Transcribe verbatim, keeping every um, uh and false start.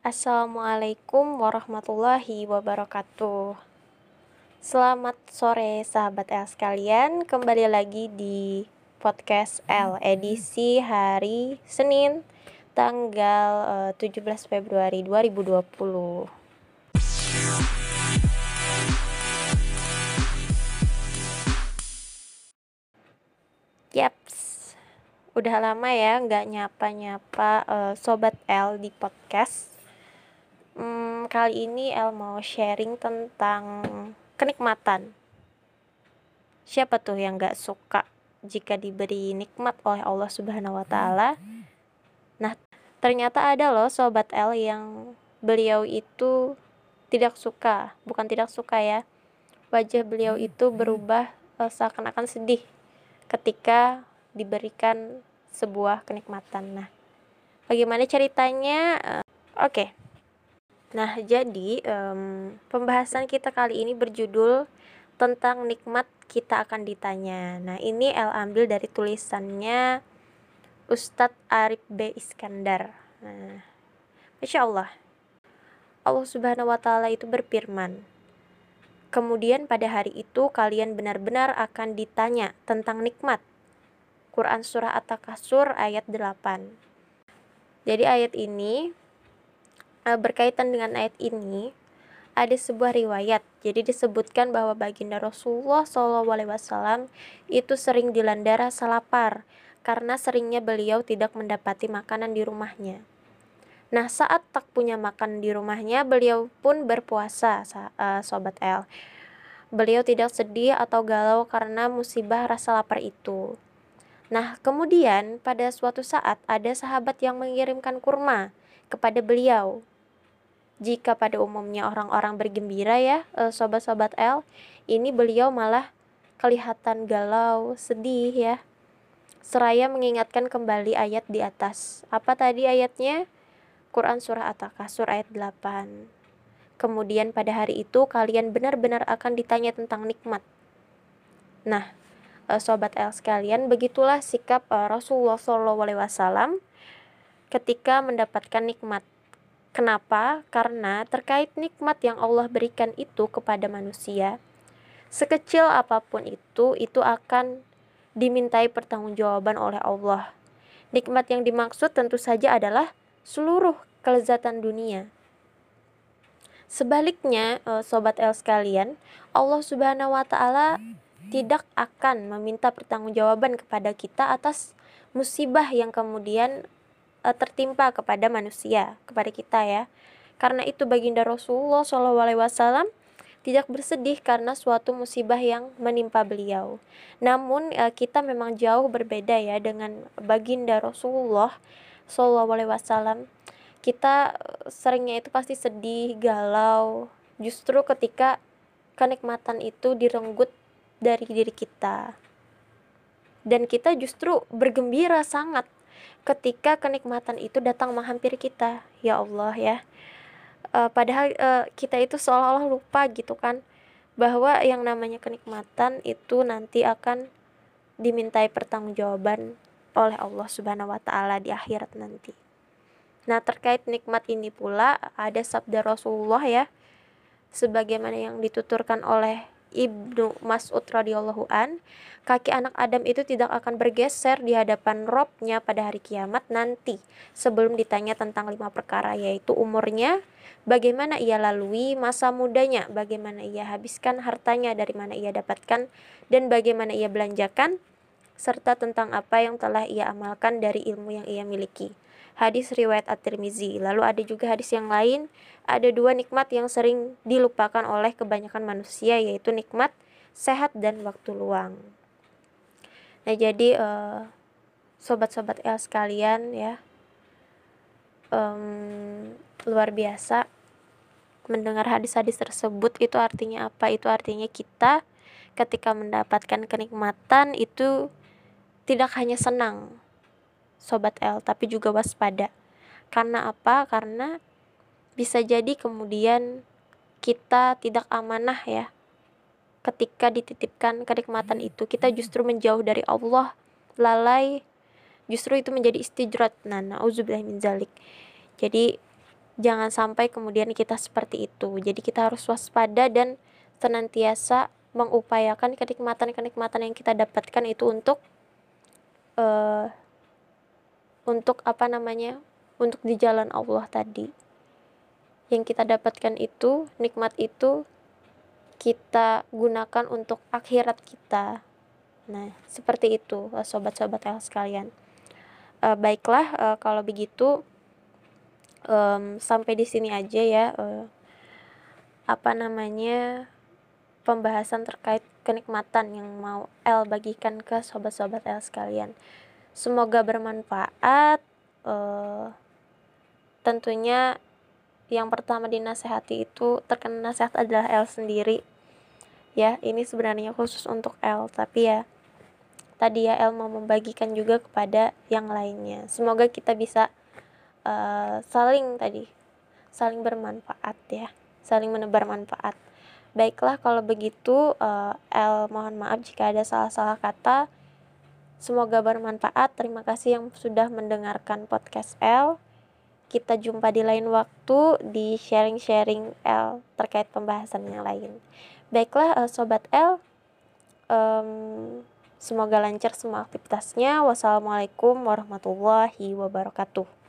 Assalamualaikum warahmatullahi wabarakatuh. Selamat sore sahabat L sekalian, kembali lagi di podcast L edisi hari Senin tanggal uh, tujuh belas Februari dua ribu dua puluh. Yaps, udah lama ya nggak nyapa-nyapa uh, Sobat L di podcast. Hmm, kali ini El mau sharing tentang kenikmatan. Siapa tuh yang gak suka jika diberi nikmat oleh Allah Subhanahu wa Ta'ala? Nah, ternyata ada loh Sobat L yang beliau itu tidak suka, bukan tidak suka ya. Wajah beliau itu berubah uh, seakan-akan sedih ketika diberikan sebuah kenikmatan. Nah, bagaimana ceritanya? Uh, Oke. Okay. Nah, jadi um, pembahasan kita kali ini berjudul tentang nikmat kita akan ditanya. Nah, ini El ambil dari tulisannya Ustadz Arif B. Iskandar. Nah, Masya Allah. Allah Subhanahu wa Ta'ala itu berfirman, kemudian pada hari itu kalian benar-benar akan ditanya tentang nikmat. Quran Surah At-Takasur ayat delapan. Jadi ayat ini berkaitan dengan ayat ini ada sebuah riwayat. Jadi disebutkan bahwa baginda Rasulullah shallallahu alaihi wasallam itu sering dilanda rasa lapar karena seringnya beliau tidak mendapati makanan di rumahnya. Nah, saat tak punya makan di rumahnya, beliau pun berpuasa, uh, Sobat L. Beliau tidak sedih atau galau karena musibah rasa lapar itu. Nah, kemudian pada suatu saat ada sahabat yang mengirimkan kurma kepada beliau. Jika pada umumnya orang-orang bergembira ya, sobat-sobat L, ini beliau malah kelihatan galau, sedih ya. Seraya mengingatkan kembali ayat di atas. Apa tadi ayatnya? Quran Surah At-Takasur ayat delapan. Kemudian pada hari itu kalian benar-benar akan ditanya tentang nikmat. Nah, sobat L sekalian, begitulah sikap Rasulullah shallallahu alaihi wasallam ketika mendapatkan nikmat. Kenapa? Karena terkait nikmat yang Allah berikan itu kepada manusia, sekecil apapun itu, itu akan dimintai pertanggungjawaban oleh Allah. Nikmat yang dimaksud tentu saja adalah seluruh kelezatan dunia. Sebaliknya, Sobat L sekalian, Allah Subhanahu wa Ta'ala tidak akan meminta pertanggungjawaban kepada kita atas musibah yang kemudian tertimpa kepada manusia, kepada kita ya. Karena itu baginda Rasulullah shallallahu alaihi wasallam tidak bersedih karena suatu musibah yang menimpa beliau. Namun kita memang jauh berbeda ya dengan baginda Rasulullah shallallahu alaihi wasallam. Kita seringnya itu pasti sedih, galau, justru ketika kenikmatan itu direnggut dari diri kita. Dan kita justru bergembira sangat ketika kenikmatan itu datang menghampiri kita. Ya Allah ya, uh, padahal uh, kita itu seolah-olah lupa gitu kan, bahwa yang namanya kenikmatan itu nanti akan dimintai pertanggungjawaban oleh Allah Subhanahu wa Ta'ala di akhirat nanti. Nah, terkait nikmat ini pula ada sabda Rasulullah ya, sebagaimana yang dituturkan oleh Ibnu Mas'ud radhiyallahu an, kaki anak Adam itu tidak akan bergeser di hadapan Robnya pada hari kiamat nanti sebelum ditanya tentang lima perkara, yaitu umurnya, bagaimana ia lalui masa mudanya, bagaimana ia habiskan hartanya, dari mana ia dapatkan dan bagaimana ia belanjakan, serta tentang apa yang telah ia amalkan dari ilmu yang ia miliki. Hadis riwayat At-Tirmizi. Lalu ada juga hadis yang lain, ada dua nikmat yang sering dilupakan oleh kebanyakan manusia, yaitu nikmat sehat dan waktu luang. Nah, jadi uh, sobat-sobat L sekalian ya, um, luar biasa mendengar hadis-hadis tersebut. Itu artinya apa? Itu artinya kita ketika mendapatkan kenikmatan itu tidak hanya senang, Sobat L, tapi juga waspada. Karena apa? Karena bisa jadi kemudian kita tidak amanah ya. Ketika dititipkan kenikmatan itu, kita justru menjauh dari Allah, lalai, justru itu menjadi istijrat. Nah, na'udzubillah min zalik. Jadi jangan sampai kemudian kita seperti itu. Jadi kita harus waspada dan senantiasa mengupayakan kenikmatan-kenikmatan yang kita dapatkan itu untuk uh, untuk apa namanya, untuk di jalan Allah tadi. Yang kita dapatkan itu, nikmat itu kita gunakan untuk akhirat kita. Nah, seperti itu sobat-sobat El sekalian. Uh, baiklah, uh, kalau begitu um, sampai di sini aja ya. Uh, apa namanya pembahasan terkait kenikmatan yang mau El bagikan ke sobat-sobat El sekalian. Semoga bermanfaat. Uh, tentunya yang pertama dinasehati itu, terkena nasihat adalah El sendiri. Ya, ini sebenarnya khusus untuk El, tapi ya tadi ya El mau membagikan juga kepada yang lainnya. Semoga kita bisa uh, saling tadi, saling bermanfaat ya, saling menebar manfaat. Baiklah kalau begitu, uh, El mohon maaf jika ada salah-salah kata. Semoga bermanfaat. Terima kasih yang sudah mendengarkan podcast El. Kita jumpa di lain waktu di sharing-sharing L terkait pembahasan yang lain. Baiklah uh, Sobat L, um, semoga lancar semua aktivitasnya. Wassalamualaikum warahmatullahi wabarakatuh.